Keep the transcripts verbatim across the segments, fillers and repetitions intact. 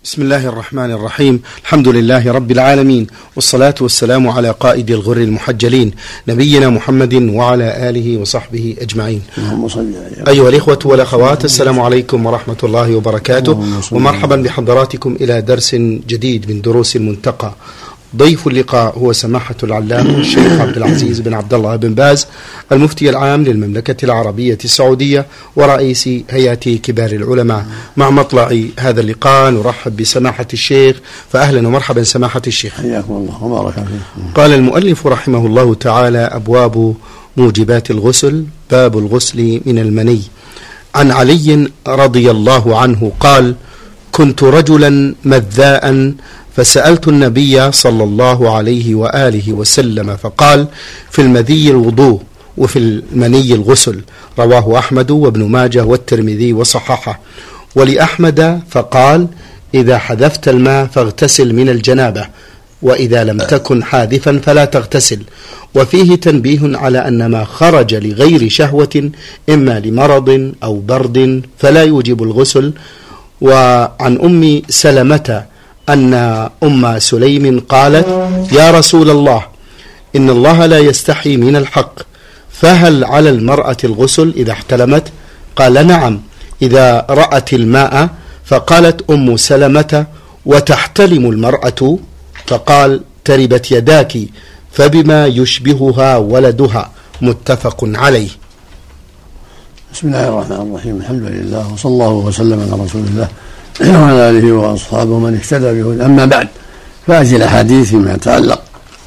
بسم الله الرحمن الرحيم. الحمد لله رب العالمين، والصلاة والسلام على قائد الغر المحجلين نبينا محمد وعلى آله وصحبه أجمعين. أيها الإخوة والأخوات، السلام عليكم ورحمة الله وبركاته، ومرحبا بحضراتكم إلى درس جديد من دروس المنتقى. ضيف اللقاء هو سماحة العلامة الشيخ عبد العزيز بن عبد الله بن باز، المفتي العام للمملكة العربية السعودية ورئيس هيئة كبار العلماء. مع مطلع هذا اللقاء نرحب بسماحة الشيخ، فأهلا ومرحبا سماحة الشيخ. حياكم الله وبارك فيكم. قال المؤلف رحمه الله تعالى: أبواب موجبات الغسل. باب الغسل من المني. عن علي رضي الله عنه قال: كنت رجلا مذاء فسألت النبي صلى الله عليه وآله وسلم فقال: في المذي الوضوء وفي المني الغسل. رواه أحمد وابن ماجه والترمذي وصححه. ولأحمد فقال: إذا حذفت الماء فاغتسل من الجنابة، وإذا لم تكن حاذفا فلا تغتسل. وفيه تنبيه على أن ما خرج لغير شهوة إما لمرض أو برد فلا يوجب الغسل. وعن أم سلمة أن أم سليم قالت: يا رسول الله، إن الله لا يستحي من الحق، فهل على المرأة الغسل إذا احتلمت؟ قال: نعم، إذا رأت الماء. فقالت أم سلمة: وتحتلم المرأة؟ فقال: تربت يداك، فبما يشبهها ولدها. متفق عليه. بسم الله الرحمن الرحيم. الحمد لله، وصلى الله وسلم على رسول الله وعلى آله وأصحابه من اهتدى بهداه. أما بعد، فهذه الأحاديث فيما يتعلق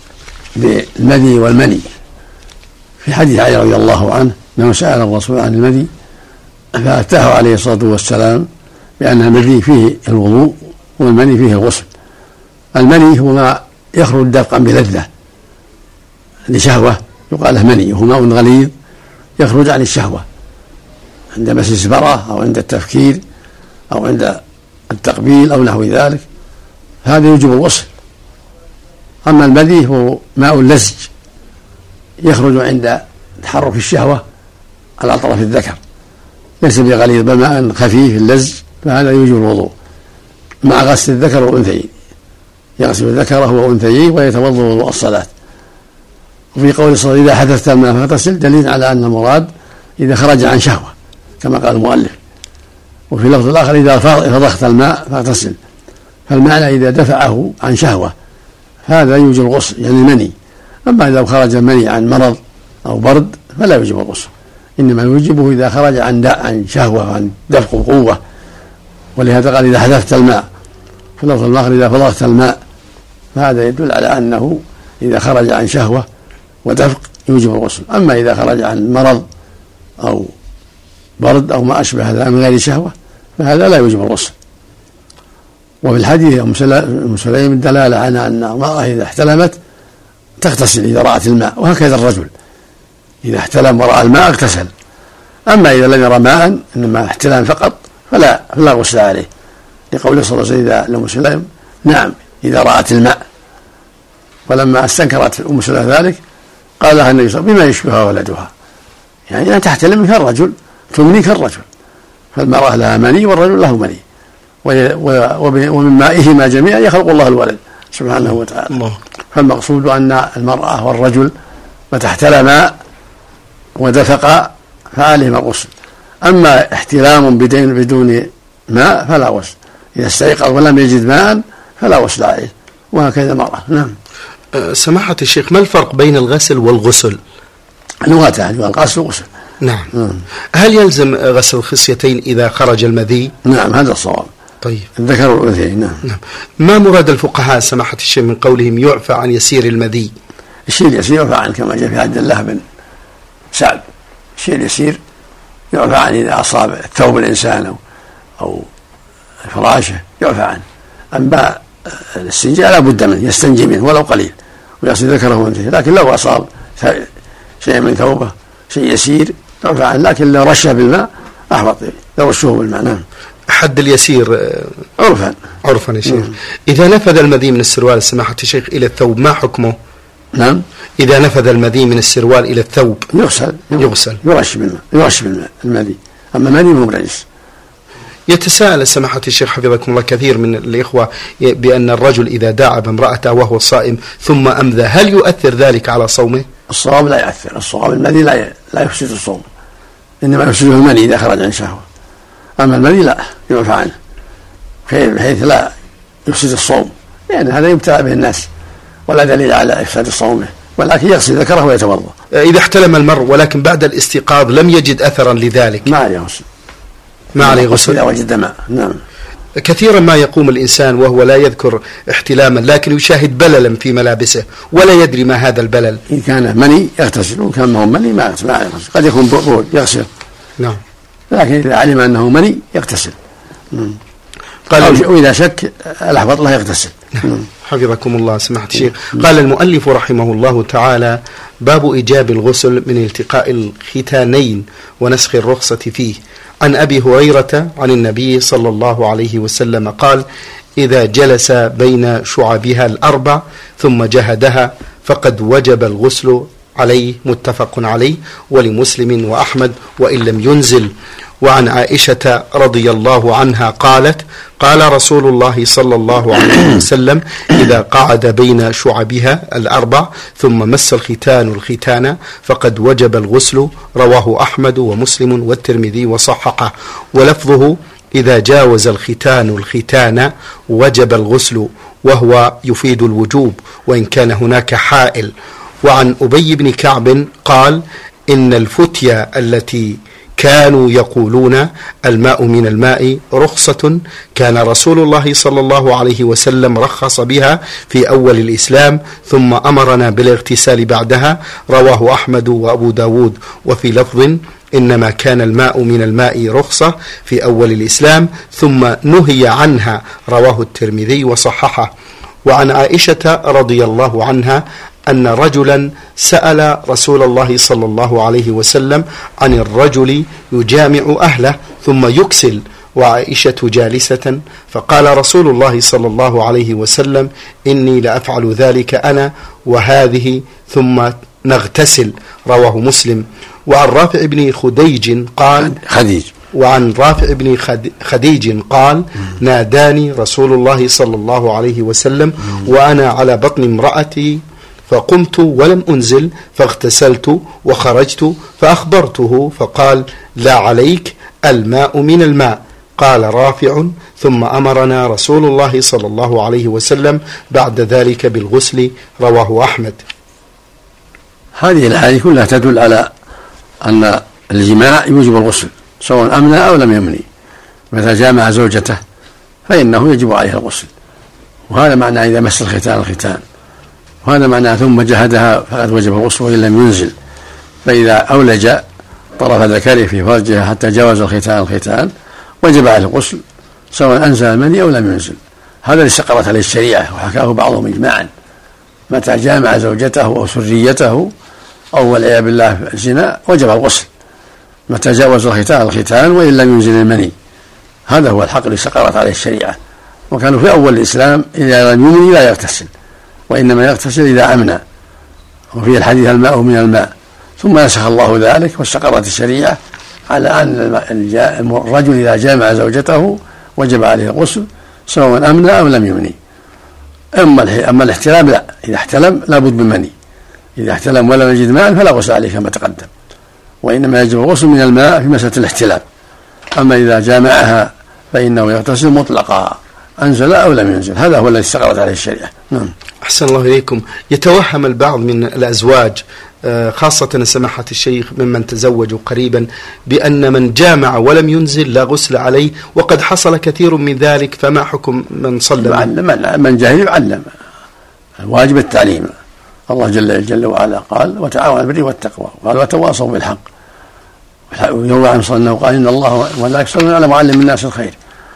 بالمذي والمني. في حديث علي رضي الله عنه أنه سأل الرسول عن المذي فأتاه عليه الصلاة والسلام بأن المذي فيه الوضوء والمني فيه الغسل. المني هو ما يخرج دفقا بلذة لشهوة يقال له مني، وهو ماء غليظ يخرج عن الشهوة عند مس الزبرة أو عند التفكير أو عند التقبيل أو نحو ذلك، هذا يوجب الغسل. أما المذي هو ماء لزج يخرج عند تحرك الشهوة على أطراف الذكر، ليس بغليظ بل ماء خفيف اللزج، فهذا يوجب الوضوء مع غسل الذكر والأنثيين، يغسل ذكره وأنثيه ويتوضأ وضوء الصلاة. وفي قول صلى الله عليه وسلم: إذا حدثت الماء فاغتسل، دليل على أن المراد إذا خرج عن شهوة كما قال المؤلف. وفي اللفظ الآخر: إذا فضخت الماء فاغتسل. فالمعنى إذا دفعه عن شهوة هذا يوجب الغسل، يعني المني. أما إذا خرج المني عن مرض أو برد فلا يوجب الغسل، إنما يوجبه إذا خرج عن عن شهوة وعن دفق قوة. ولهذا قال: إذا حذفت الماء. في اللفظ الآخر: إذا فضخت الماء. فهذا يدل على أنه إذا خرج عن شهوة ودفق يوجب الغسل. أما إذا خرج عن مرض أو برد أو ما أشبه هذا من غير شهوة فهذا لا يوجب الغسل. وفي الحديث أم سليم الدلالة على أن المرأة إذا احتلمت تغتسل إذا رأت الماء، وهكذا الرجل إذا احتلم ورأى الماء اغتسل. أما إذا لم يرى ماء إنما احتلام فقط فلا فلا غسل عليه، لقوله صلى الله عليه وسلم لأم سليم: نعم، إذا رأت الماء. ولما استنكرت أم سليم ذلك قال لها النبي صلى الله عليه وسلم: بما يشبهها ولدها، يعني أن تحتلم كالرجل تمني كالرجل، فالمرأة لها مني والرجل له مني، ومن مائهما جميعا يخلق الله الولد سبحانه وتعالى. فالمقصود أن المرأة والرجل متى احتلما ودفقا فعليهما الغسل. أما احتلام بدون ماء فلا غسل، إذا استيقظ ولم يجد ماء فلا غسل عليه، وهكذا المرأة. نعم. سماحة الشيخ، ما الفرق بين الغسل والغسل؟ لغتان، الغسل والغسل. نعم. مم. هل يلزم غسل الخصيتين إذا خرج المذي؟ نعم، هذا الصواب. طيب. الذكر والأنثى. نعم. نعم. ما مراد الفقهاء سماحة الشيخ من قولهم يعفى عن يسير المذي؟ الشيء اليسير يعفى عنه كما جاء في عبد الله بن سعد. الشيء اليسير يعفى عنه إذا أصاب ثوب الإنسان أو أو فراشه يعفى عنه. أما الاستنجاء لا بد منه، يستنجي منه ولو قليل ويغسل ذكره وأنثيه، لكن لو أصاب شيء من ثوبه شيء يسير يعفى عنه، لكن لو رشه بالماء أحبط، لو رشه بالماء. نعم. حد اليسير عرفا عرفا يا شيخ. إذا نفذ المذي من السروال سماحة الشيخ إلى الثوب ما حكمه؟ نعم. إذا نفذ المذي من السروال إلى الثوب يغسل يغسل يرش بالماء، يرش بالماء المذي. أما المذي مو بنجس. يتساءل سماحة الشيخ حفظكم الله كثير من الإخوة بأن الرجل إذا داعب امرأته وهو صائم ثم أمذى، هل يؤثر ذلك على صومه؟ الصواب لا يؤثر، الصواب المني لا لا يفسد الصوم، إنما يفسده المني إذا خرج عن شهوة، أما المني لا يعفى عنه بحيث لا يفسد الصوم، لأن يعني هذا يبتلى به الناس ولا دليل على إفساد الصوم، ولكن يغسل ذكره ويتوضأ. إذا احتلم المرء ولكن بعد الاستيقاظ لم يجد أثرا لذلك ما عليه غسل، ما عليه غسل إذا وجد ماء. نعم. كثيرا ما يقوم الإنسان وهو لا يذكر احتلاما لكن يشاهد بللا في ملابسه ولا يدري ما هذا البلل. إن كان مني يغتسل، وإن كان ما هو مني ما يغتسل، قد يكون بول يغسل. نعم. لكن إذا علم أنه مني يغتسل. قال وإذا شك الأحوط له يغتسل. حفظكم الله سماحة الشيخ. قال المؤلف رحمه الله تعالى: باب إيجاب الغسل من التقاء الختانين ونسخ الرخصة فيه. عن أبي هريرة عن النبي صلى الله عليه وسلم قال: إذا جلس بين شعبها الأربع ثم جهدها فقد وجب الغسل عليه. متفق عليه، ولمسلم وأحمد وإن لم ينزل. وعن عائشة رضي الله عنها قالت: قال رسول الله صلى الله عليه وسلم: إذا قعد بين شعبها الأربع ثم مس الختان الختان فقد وجب الغسل. رواه أحمد ومسلم والترمذي وصححه، ولفظه: إذا جاوز الختان الختان وجب الغسل، وهو يفيد الوجوب وإن كان هناك حائل. وعن أبي بن كعب قال: إن الفتية التي كانوا يقولون الماء من الماء رخصة كان رسول الله صلى الله عليه وسلم رخص بها في أول الإسلام ثم أمرنا بالاغتسال بعدها. رواه أحمد وأبو داود. وفي لفظ: إنما كان الماء من الماء رخصة في أول الإسلام ثم نهي عنها. رواه الترمذي وصححه. وعن عائشة رضي الله عنها أن رجلا سأل رسول الله صلى الله عليه وسلم عن الرجل يجامع أهله ثم يكسل وعائشة جالسة، فقال رسول الله صلى الله عليه وسلم: إني لأفعل ذلك أنا وهذه ثم نغتسل. رواه مسلم. وعن رافع بن خديج قال خديج وعن رافع بن خديج قال: ناداني رسول الله صلى الله عليه وسلم وأنا على بطن امرأتي فقمت ولم أنزل فاغتسلت وخرجت فأخبرته فقال: لا عليك، الماء من الماء. قال رافع: ثم أمرنا رسول الله صلى الله عليه وسلم بعد ذلك بالغسل. رواه أحمد. هذه الأحاديث كلها تدل على أن الجماع يوجب الغسل سواء أمنى أو لم يمني. متى جامع زوجته فإنه يجب عليه الغسل، وهذا معنى إذا مس الختان الختان، وهذا معنى ثم جهدها فقد وجب الغسل وإن لم ينزل. فإذا أولج طرف ذكره في فرجها حتى جاوز الختان الختان وجب عليه الغسل سواء أنزل المني أو لم ينزل. هذا اللي استقرت عليه الشريعة وحكاه بعضهم إجماعا. متى جامع زوجته أو سريته أو والعياذ بالله الزنا وجب الغسل متى جاوز الختان الختان وإن لم ينزل المني. هذا هو الحق اللي استقرت عليه الشريعة. وكانوا في أول الإسلام إذا لم يمني لا يغتسل، وإنما يغتسل إذا أمنى. وفي الحديث: الماء من الماء. ثم نسخ الله ذلك واستقرت الشريعة على أن الرجل إذا جامع زوجته وجب عليه الغسل سواء أمنى أو لم يمني. أما أما الاحتلام لا، إذا احتلم لا بد من مني. إذا احتلم ولم يجد ماء فلا غسل عليه كما تقدم، وإنما يجب الغسل من الماء في مسألة الاحتلام. أما إذا جامعها فإنه يغتسل مطلقا أنزل أو لم ينزل. هذا هو الذي استقرت عليه الشريعة. نعم. أحسن الله إليكم. يتوهم البعض من الأزواج خاصة سماحة الشيخ ممن تزوجوا قريبا بأن من جامع ولم ينزل لا غسل عليه، وقد حصل كثير من ذلك، فما حكم من صلى؟ من, من جاهل يعلم، الواجب التعليم. الله جل, جل وعلا قال: وتعاونوا على البر والتقوى، قال: وتواصوا بالحق. ويروى عنه صلى الله عليه وسلم قال: إن الله وملائكته يصلون على معلم الناس الخير،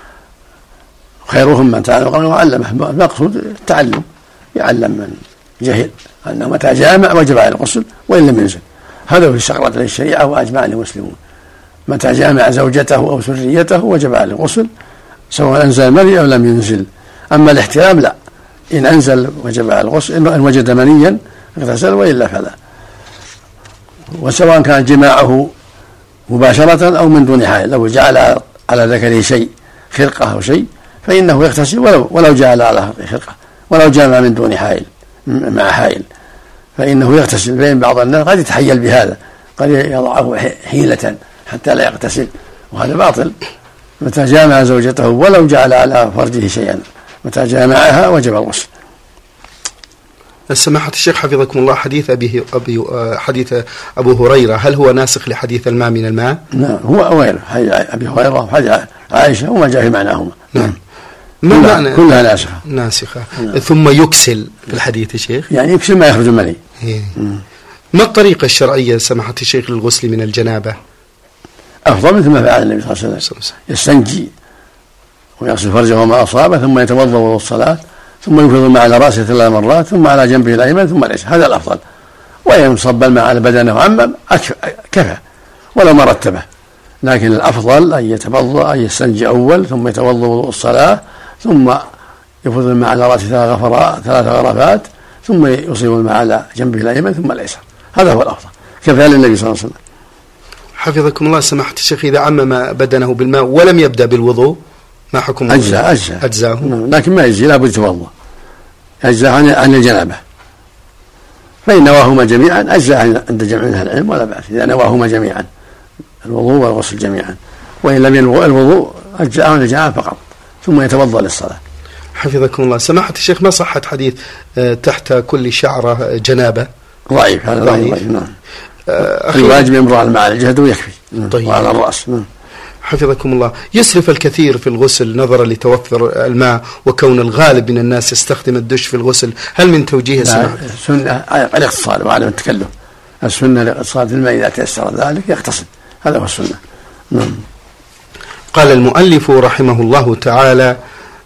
خيرهم من تعلم وعلمه. المقصود التعلم، يعلم من جهل أنه متى جامع وجب عليه الغسل وإن لم ينزل. هذا هو استقرت عليه الشريعة وأجمع المسلمون. متى جامع زوجته أو سريته وجب عليه الغسل سواء أنزل مني أو لم ينزل. أما الاحتلام لا، إن أنزل وجب عليه الغسل، إن وجد منيا اغتسل وإلا فلا. وسواء كان جماعه مباشرة أو من دون حائل، لو جعل على ذكره شيء خرقة أو شيء فإنه يغتسل ولو, ولو جعل على خرقة ولو جامع من دون حائل مع حائل فإنه يغتسل. بين بعض الناس قد يتحيل بهذا، قد يضعه حيلة حتى لا يغتسل، وهذا باطل. متى جامع زوجته ولو جعل على فرجه شيئا متى جامعها وجب الغسل. سماحة الشيخ حفظكم الله، حديث أبي أبي حديث أبو هريرة هل هو ناسخ لحديث الماء من الماء؟ نعم هو غيره، حديث أبي هريرة وحديث عائشة وما جاء في معناهما. نعم ما كلها, معنى كلها ناسخة ناسخة. نعم. ثم يكسل في الحديث الشيخ، يعني يكسل ما يخرج المني. ما الطريقة الشرعية سماحة الشيخ للغسل من الجنابة؟ أفضل مثل ما فعل النبي صلى الله عليه وسلم، يستنجي ويغسل فرجه وما أصابه ثم يتوضأ وضوء الصلاة ثم يفيض الماء على رأسه ثلاث مرات ثم على جنبه الأيمن ثم اليسار، هذا الأفضل. وإن صب الماء على بدنه وعمم كفى ولو ما رتبه، لكن الأفضل أن يتوضأ أن يستنجي أول ثم يتوضأ وضوء الصلاة ثم يفيض الماء على رأسه ثلاث غفرات ثلاث غرفات ثم يصيب الماء على جنبه الأيمن ثم اليسار، هذا هو الأفضل كفعل النبي صلى الله عليه وسلم. حفظكم الله سماحة الشيخ، إذا عمم بدنه بالماء ولم يبدأ بالوضوء ما حكم أجزاء أجزاء أجزاء لكن ما يجزي، لابد يتوضأ أجزاء عن الجنابة، فإن نواهما جميعا أجزاء عند جمع أهل العلم ولا بأس إذا نواهما جميعا الوضوء والغسل جميعا، وإن لم ينوي الوضوء أجزاء عن الجنابة فقط ثم يتوضأ للصلاة. حفظكم الله سماحة الشيخ، ما صحة حديث تحت كل شعرة جنابة؟ ضعيف هذا ضعيف. نعم الواجب يمر على الماء على الجهد ويكفي. طيب. وعلى الرأس. نعم. حفظكم الله، يسرف الكثير في الغسل نظرا لتوفر الماء وكون الغالب من الناس يستخدم الدش في الغسل، هل من توجيه سماحة؟ السنة الاغتسال وعدم التكلف، السنة الاغتسال في الماء إذا تيسر ذلك يغتسل، هذا هو السنة. نعم. قال المؤلف رحمه الله تعالى: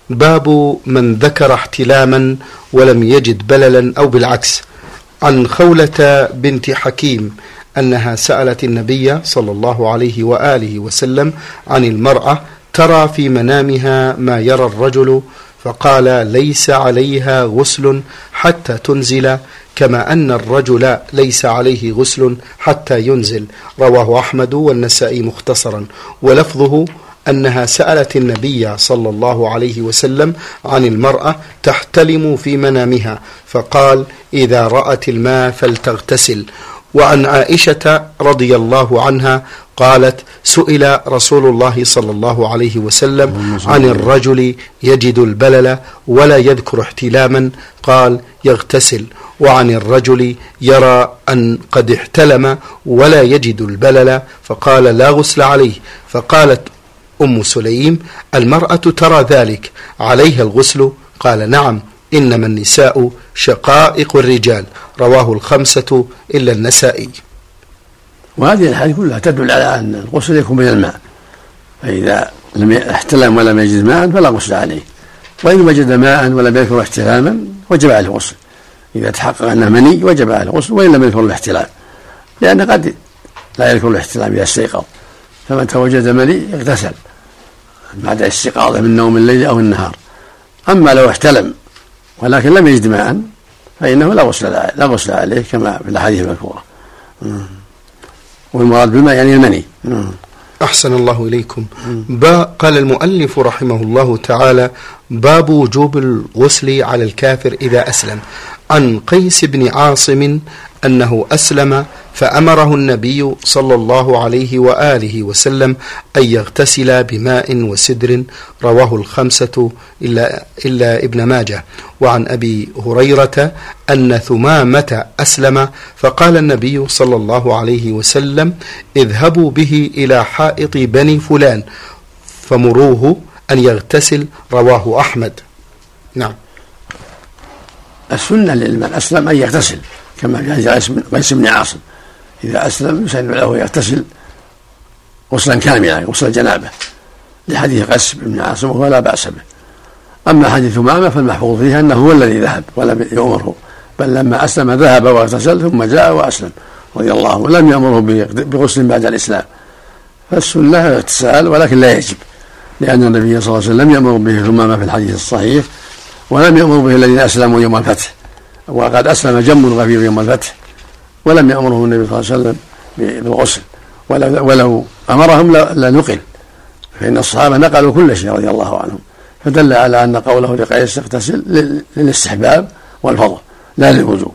باب من ذكر احتلاما ولم يجد بللا أو بالعكس. عن خولة بنت حكيم أنها سألت النبي صلى الله عليه وآله وسلم عن المرأة ترى في منامها ما يرى الرجل، فقال: ليس عليها غسل حتى تنزل، كما أن الرجل ليس عليه غسل حتى ينزل. رواه أحمد والنسائي مختصرا، ولفظه أنها سألت النبي صلى الله عليه وسلم عن المرأة تحتلم في منامها، فقال: إذا رأت الماء فلتغتسل. وعن عائشة رضي الله عنها قالت: سئل رسول الله صلى الله عليه وسلم عن الرجل يجد البلل ولا يذكر احتلاما، قال: يغتسل. وعن الرجل يرى أن قد احتلم ولا يجد البلل، فقال: لا غسل عليه. فقالت أم سليم: المرأة ترى ذلك، عليها الغسل؟ قال: نعم، إنما النساء شقائق الرجال. رواه الخمسة إلا النسائي. وهذه الحديث كلها تدل على أن الغسل يكون من الماء، فإذا لم يحتلم ولم يجد ماء فلا غسل عليه، وإن وجد ماء ولم يذكر احتلاما وجب عليه الغسل. إذا تحقق أنه مني وجب عليه الغسل وإن لم يذكر الاحتلام، لأن قد لا يذكر الاحتلام إذا استيقظ، فمن توجد مني اغتسل بعد استيقاظه من نوم الليل أو النهار. أما لو احتلم ولكن لم يجد ماء فإنه لا غسل لا غسل عليه كما في الأحاديث المذكورة. والمراد بالماء يعني المني. أحسن الله إليكم. قال المؤلف رحمه الله تعالى: باب وجوب الغسل على الكافر إذا أسلم. عن قيس بن عاصم أنه أسلم فأمره النبي صلى الله عليه وآله وسلم أن يغتسل بماء وسدر. رواه الخمسة إلا, إلا ابن ماجه. وعن أبي هريرة أن ثمامة أسلم فقال النبي صلى الله عليه وسلم: اذهبوا به إلى حائط بني فلان فمروه أن يغتسل. رواه أحمد. نعم. السنة لمن أسلم أن يغتسل كما في حديث قيس بن عاصم: إذا أسلم يسن له يغتسل غسلا كاملا غسل جنابه، لحديث قيس بن عاصم وهو لا بأس به. أما حديث ثمامة فالمحفوظ فيها أنه هو الذي ذهب ولم يؤمره، بل لما أسلم ذهب واغتسل ثم جاء وأسلم رضي الله عنه، ولم يأمره بغسل بعد الإسلام. فالسنة اغتسال ولكن لا يجب، لأن النبي صلى الله عليه وسلم لم يأمر به ثمامة في الحديث الصحيح، ولم يأمر به الذين أسلموا يوم الفتح، وقد أسلم جم غفير يوم الفتح ولم يأمره النبي صلى الله عليه وسلم بالغسل، ولو, ولو أمرهم لنقل فإن الصحابة نقلوا كل شيء رضي الله عنهم، فدل على أن قوله لقيس اغتسل للاستحباب والفضل لا للوجوب.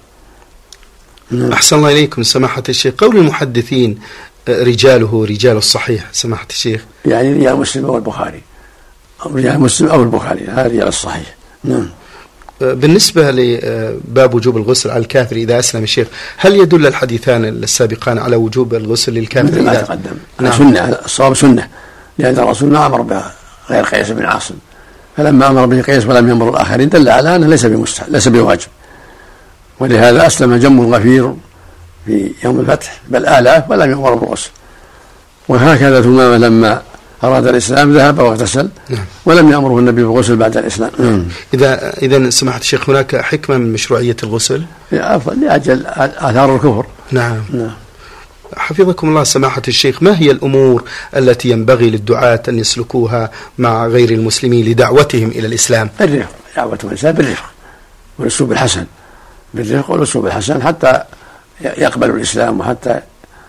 أحسن الله إليكم سماحة الشيخ. قول المحدثين رجاله رجال الصحيح سماحة الشيخ، يعني رجال مسلم أو البخاري، أو رجال مسلم أو البخاري، هذا رجال الصحيح. نعم. بالنسبة لباب وجوب الغسل على الكافر إذا أسلم الشيخ، هل يدل الحديثان السابقان على وجوب الغسل للكافر مثل ما إذا تقدم؟ نعم. سنة، الصواب سنة، لأن الرسول ما أمر بها غير قيس بن عاصم، فلما أمر به قيس ولم يأمر الآخرين دل على أنه ليس بمستحب ليس بواجب، ولهذا أسلم جم غفير في يوم الفتح بل آلاف ولم يأمر بالغسل. وهكذا ثمامة لما أراد الإسلام ذهب واغتسل ولم يأمره النبي بالغسل بعد الإسلام. إذا إذا سماحة الشيخ هناك حكمة من مشروعية الغسل؟ أفضل لأجل آثار الكفر. نعم. نعم. حفظكم الله سماحة الشيخ، ما هي الأمور التي ينبغي للدعاة أن يسلكوها مع غير المسلمين لدعوتهم إلى الإسلام؟ بالرفق، دعوة الإنسان بالرفق والأسلوب الحسن، بالرفق والأسلوب الحسن حتى يقبلوا الإسلام وحتى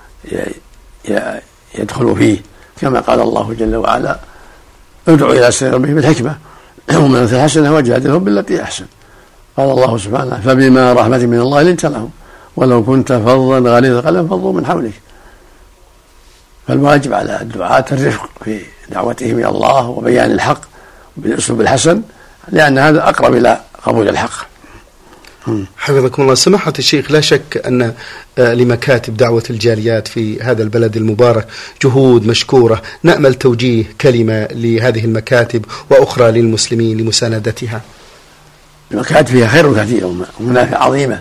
يدخلوا فيه، كما قال الله جل وعلا: ادعوا إلى سبيل ربك بالحكمة وموعظة الحسنة وجادلهم بالتي أحسن. قال الله سبحانه: فبما رحمة من الله لنت لهم ولو كنت فظا غليظ القلب فضوا من حولك. فالواجب على الدعاة الرفق في دعوتهم إلى الله وبيان الحق بالأسلوب الحسن، لأن هذا أقرب إلى قبول الحق. حفظكم الله سماحة الشيخ، لا شك أن لمكاتب دعوة الجاليات في هذا البلد المبارك جهود مشكورة، نأمل توجيه كلمة لهذه المكاتب وأخرى للمسلمين لمساندتها. المكاتب فيها خير كثير ومنافع عظيمة،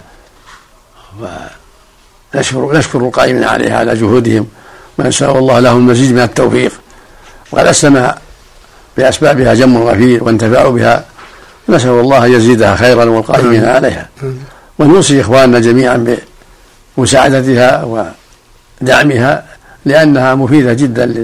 ونشكر نشكر القائمين عليها على جهودهم، ونسأل الله لهم مزيد من التوفيق، وقد أسلم بأسبابها جم غفير وانتفعوا بها، نسأل الله يزيدها خيرا والقائمين عليها، ونوصي إخواننا جميعا بمساعدتها ودعمها، لأنها مفيدة جدا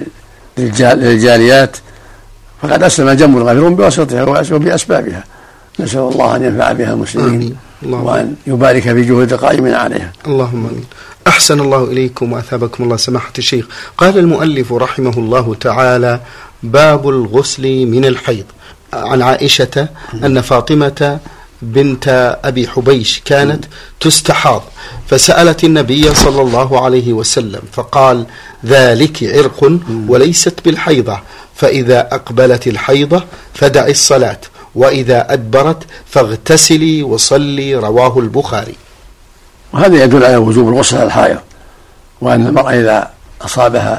للجاليات، فقد أسلم جم غفير بواسطتها وبأسبابها، نسأل الله أن ينفع بها المسلمين وأن يبارك في جهود القائمين عليها. اللهم آمين. أحسن الله إليكم وأثابكم الله سماحة الشيخ. قال المؤلف رحمه الله تعالى: باب الغسل من الحيض. عن عائشة أن فاطمة بنت أبي حبيش كانت تستحاض، فسألت النبي صلى الله عليه وسلم فقال: ذلك عرق وليست بالحيضة، فإذا أقبلت الحيضة فدعي الصلاة، وإذا أدبرت فاغتسلي وصلي. رواه البخاري. وهذا يدل على وجوب الغسل على الحائض، وأن المرأة إذا أصابها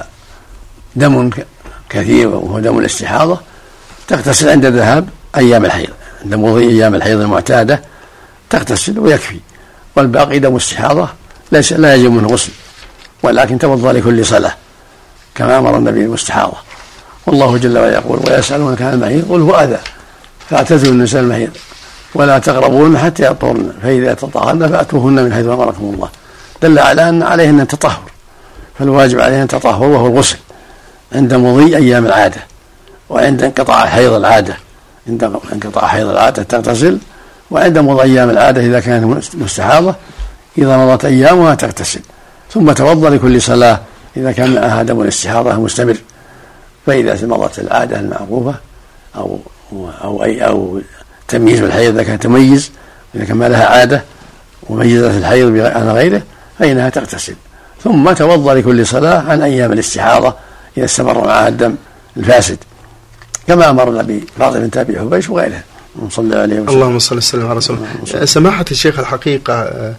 دم كثير وهو دم الاستحاضة تغتسل عند ذهاب أيام الحيض، عند مضي أيام الحيض المعتادة تغتسل ويكفي، والباقي دم استحاضة ليس لا يجب منه غسل، ولكن توضأ لكل صلاة كما أمر النبي المستحاضة. والله جل وعلا يقول: ويسألونك عن المحيض قل هو أذى فاعتزلوا النساء المحيض ولا تقربوهن حتى يطهرن فإذا تطهرن فأتوهن من حيث أمركم الله. دل على أن عليهن التطهر، فالواجب عليهن التطهر وهو الغسل عند مضي أيام العادة، وعند انقطاع حيض العادة عند انقطاع حيض العادة تغتسل، وعند مضي أيام العادة إذا كانت مستحاضة إذا مضت أيامها تغتسل، ثم توضأ لكل صلاة إذا كان معها دم الاستحاضة مستمر. فإذا مضت العادة المعروفة أو أو أي أو تمييز بالحيض إذا كان تميز، إذا كان ما لها عادة وميزت الحيض عن غيره فإنها تغتسل، ثم توضأ لكل صلاة عن أيام الاستحاضة إذا استمر معها الدم الفاسد، كما أمرنا بفاطمة بنت أبي حبيش وغيرها. صلى الله عليه وسلم. اللهم صل وسلم على رسول الله. سماحة الشيخ، الحقيقة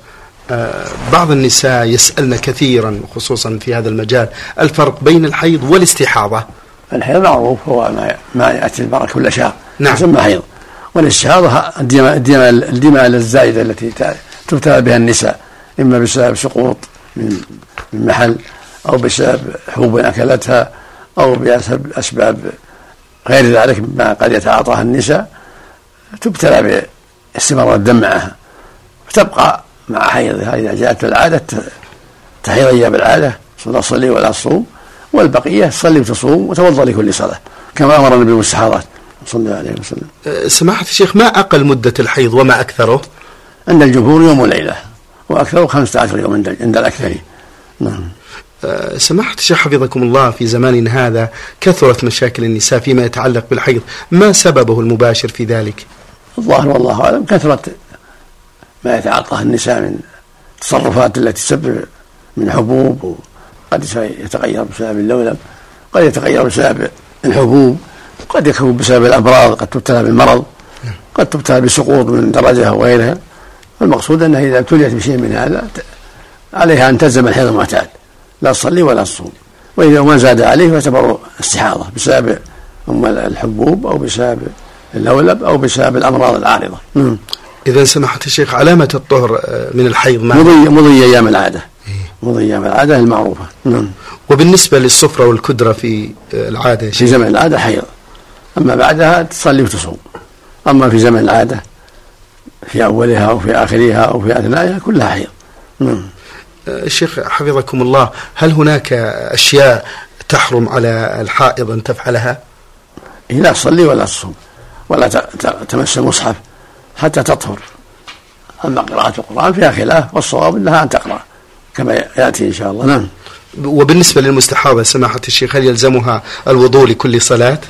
بعض النساء يسألن كثيرا خصوصا في هذا المجال الفرق بين الحيض والاستحاضة. الحيض معروف هو ما يأتي المرأة كل شهر، نعم، يسمى حيض. والاستحاضة الدماء الدماء الدماء الزائدة التي تبتلى بها النساء، إما بسبب سقوط من محل أو بسبب حبوب أكلتها أو بسبب أسباب غير ذلك ما قد يتعاطاها النساء، تبتلى باستمرار الدم معها، فتبقى مع حيضها إذا جاءت العادة تحيض أيام العادة صلى تصلي ولا تصوم، والبقية تصلي وتصوم وتوضأ لكل صلاة كما أمر النبي بالمستحاضات صلى الله عليه وسلم. سماحة الشيخ، ما أقل مدة الحيض وما أكثره؟ عند الجمهور يوم وليلة، وأكثره خمسة عشر يوم عند الأكثرين. نعم. سماحة الشيخ حفظكم الله، في زماننا هذا كثرت مشاكل النساء فيما يتعلق بالحيض، ما سببه المباشر في ذلك؟ الظاهر والله أعلم كثرت ما يتعاطاه النساء من التصرفات التي تسبب من حبوب، قد يتغير بسبب اللولب، قد يتغير بسبب الحبوب، قد يكون بسبب الأمراض، قد تبتلى بالمرض، قد تبتلى بسقوط من درجة أو غيرها. المقصود أنها إذا ابتليت بشيء من هذا عليها أن تلزم الحيض المعتاد، لا تصلي ولا تصوم، وإذا ما زاد عليه فاعتبره استحاضة بسبب الحبوب أو بسبب اللولب أو بسبب الأمراض العارضة. إذا سمحت الشيخ، علامة الطهر من الحيض مضي, مضي أيام العادة، مضي أيام العادة المعروفة. نعم. وبالنسبة للصفرة والكدرة في العادة في زمن العادة حيض، أما بعدها تصلي وتصوم. أما في زمن العادة في أولها أو في آخرها أو في أثنائها كلها حيض. نعم. الشيخ حفظكم الله، هل هناك أشياء تحرم على الحائض أن تفعلها؟ لا تصلي ولا تصوم ولا تمس المصحف حتى تطهر. أما قراءة القرآن فيها خلاف، والصواب لها أن تقرأ كما يأتي إن شاء الله. نعم. وبالنسبة للمستحاضة سماحة الشيخ، هل يلزمها الوضوء لكل صلاة؟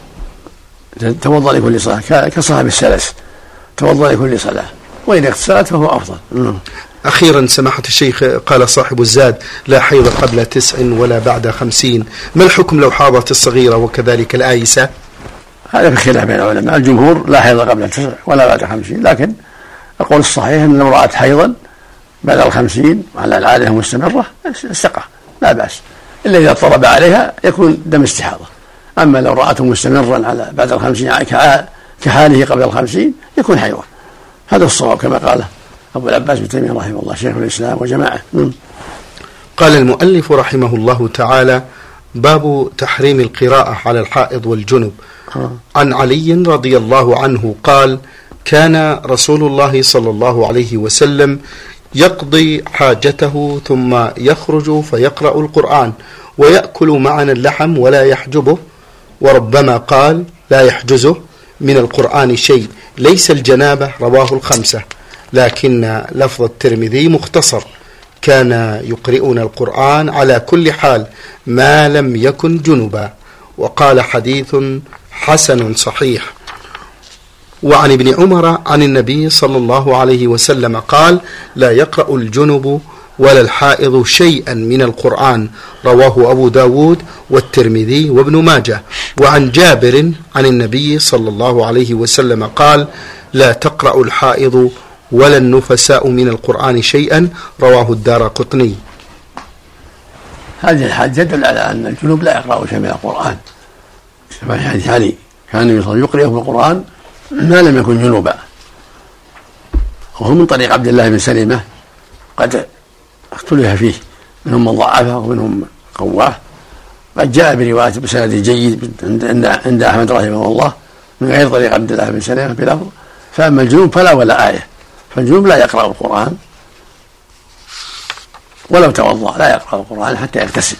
توضأ لكل صلاة كصاحب السلس، توضأ لكل صلاة، وإن اغتسلت فهو أفضل. نعم. أخيرا سماحة الشيخ، قال صاحب الزاد: لا حيض قبل تسع ولا بعد خمسين، ما الحكم لو حاضت الصغيرة وكذلك الآيسة؟ هذا في خلاف بين العلماء، الجمهور لا حيض قبل تسع ولا بعد خمسين، لكن القول الصحيح أن لو رأت حيضا بعد الخمسين وعلى العادة مستمرة استقى لا بأس، إلا إذا اضطرب عليها يكون دم استحاضة. أما لو رأته مستمرا على بعد الخمسين كحاله قبل الخمسين يكون حيضا. هذا الصواب كما قاله أبو العباس بن تيمية رحمه الله شيخ الإسلام وجماعة. قال المؤلف رحمه الله تعالى: باب تحريم القراءة على الحائض والجنب. عن علي رضي الله عنه قال: كان رسول الله صلى الله عليه وسلم يقضي حاجته ثم يخرج فيقرأ القرآن ويأكل معنا اللحم ولا يحجبه، وربما قال: لا يحجزه من القرآن شيء ليس الجنابة. رواه الخمسة، لكن لفظ الترمذي مختصر: كان يقرئون القرآن على كل حال ما لم يكن جنبا. وقال: حديث حسن صحيح. وعن ابن عمر عن النبي صلى الله عليه وسلم قال: لا يقرأ الجنب ولا الحائض شيئا من القرآن. رواه أبو داود والترمذي وابن ماجه. وعن جابر عن النبي صلى الله عليه وسلم قال: لا تقرأ الحائض ولا النفساء من القرآن شيئا. رواه الدارقطني. هذه الحادثة تدل على أن الجنوب لا يقرأ شيئا من القرآن، في حديث علي كان يقرأ في القرآن ما لم يكن جنوبا. وهو من طريق عبد الله بن سلمة قد اختلف فيه، منهم من ضعفه ومنهم قواه. قد جاء برواية بسند جيد عند أحمد رحمه الله من غير طريق عبد الله بن سلمة بلفظ: فأما الجنوب فلا ولا آية. فالجنوب لا يقرأ القرآن ولو توضأ، لا يقرأ القرآن حتى يغتسل.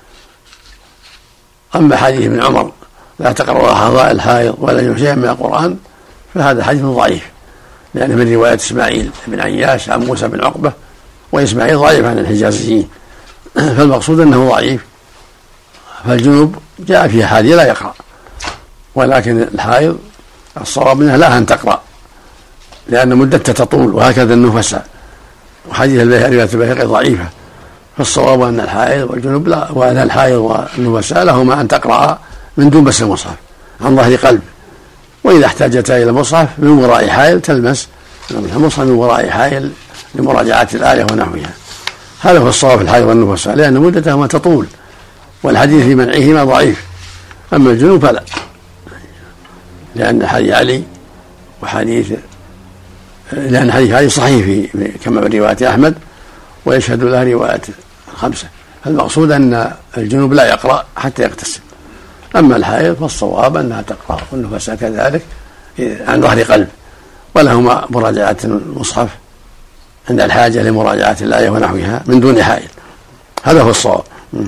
أما حديث ابن عمر: لا تقرأ أعضاء الحائض ولا شيئا من القرآن، فهذا حديث ضعيف، لأنه من رواية إسماعيل بن عياش عن موسى بن عقبة، وإسماعيل ضعيف عن الحجازيين، فالمقصود أنه ضعيف. فالجنوب جاء فيها حديث لا يقرأ، ولكن الحائض الصواب منها لا أن تقرأ لأن مدتها تطول، وهكذا النفساء. وحديث رواية البيهقي ضعيفة، فالصواب أن الحائض والجنوب لا، وأن الحائض والنفساء لهما أن تقرأ من دون مس المصحف عن ظهر قلب، وإذا احتاجتا إلى المصحف من وراء حائل تلمس المصحف من وراء حائل لمراجعة الآية ونحوها. هذا هو الصواب في الحائض والنفساء، لأن مدتهما تطول، والحديث في منعهما ضعيف. أما الجنوب فلا، لأن حديث علي وحديث لأن حديث علي صحيح في كما في رواية أحمد، ويشهد له رواية خمسة. فالمقصود أن الجنوب لا يقرأ حتى يغتسل. أما الحائض فالصواب أنها تقرأ، والنفساء كذلك عن ظهر قلب، ولهما مراجعة المصحف عند الحاجة لمراجعة الآية ونحوها من دون حائل. هذا هو الصواب.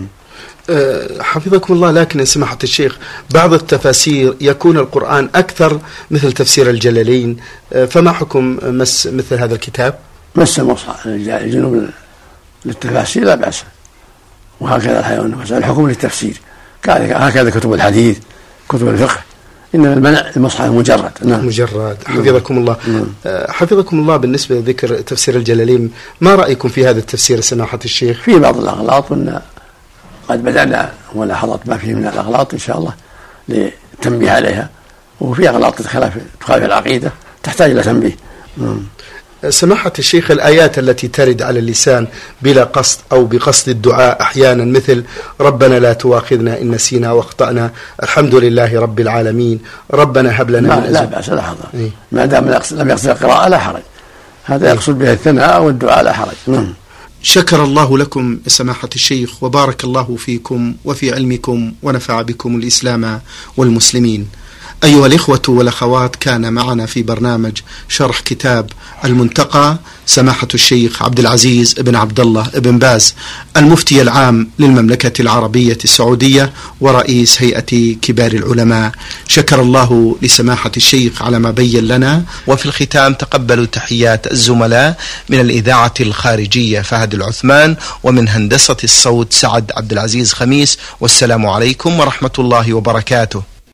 حفظكم الله، لكن سماحة الشيخ بعض التفاسير يكون القرآن أكثر مثل تفسير الجلالين، فما حكم مس مثل هذا الكتاب؟ مس المصحف الجنوب للتفاسير لا بأس، وهكذا الحيوان مسألة الحكم للتفسير، هكذا كتب الحديث كتب الفقه، إنما المنع المصحف مجرد. نعم. مجرد. حفظكم الله. نعم. حفظكم الله. بالنسبة لذكر تفسير الجلالين، ما رأيكم في هذا التفسير سماحة الشيخ؟ في بعض الأغلاط، وأن قد بدأنا ملاحظة ما فيه من الأغلاط إن شاء الله للتنبيه عليها، وفي أغلاط تخالف تخالف العقيدة تحتاج إلى تنبيه. نعم. سماحة الشيخ، الآيات التي ترد على اللسان بلا قصد أو بقصد الدعاء أحيانا، مثل ربنا لا تواخذنا إن نسينا واخطأنا، الحمد لله رب العالمين، ربنا هب لنا من لا بأس لا حرج، إيه؟ ما دام لم يقصد القراءة لا حرج، هذا إيه؟ يقصد بها الثناء والدعاء لا حرج. نعم. شكر الله لكم سماحة الشيخ، وبارك الله فيكم وفي علمكم، ونفع بكم الإسلام والمسلمين. أيها الإخوة والأخوات، كان معنا في برنامج شرح كتاب المنتقى سماحة الشيخ عبد العزيز بن عبد الله بن باز، المفتي العام للمملكة العربية السعودية ورئيس هيئة كبار العلماء. شكر الله لسماحة الشيخ على ما بين لنا. وفي الختام تقبلوا تحيات الزملاء من الإذاعة الخارجية فهد العثمان، ومن هندسة الصوت سعد عبد العزيز خميس، والسلام عليكم ورحمة الله وبركاته.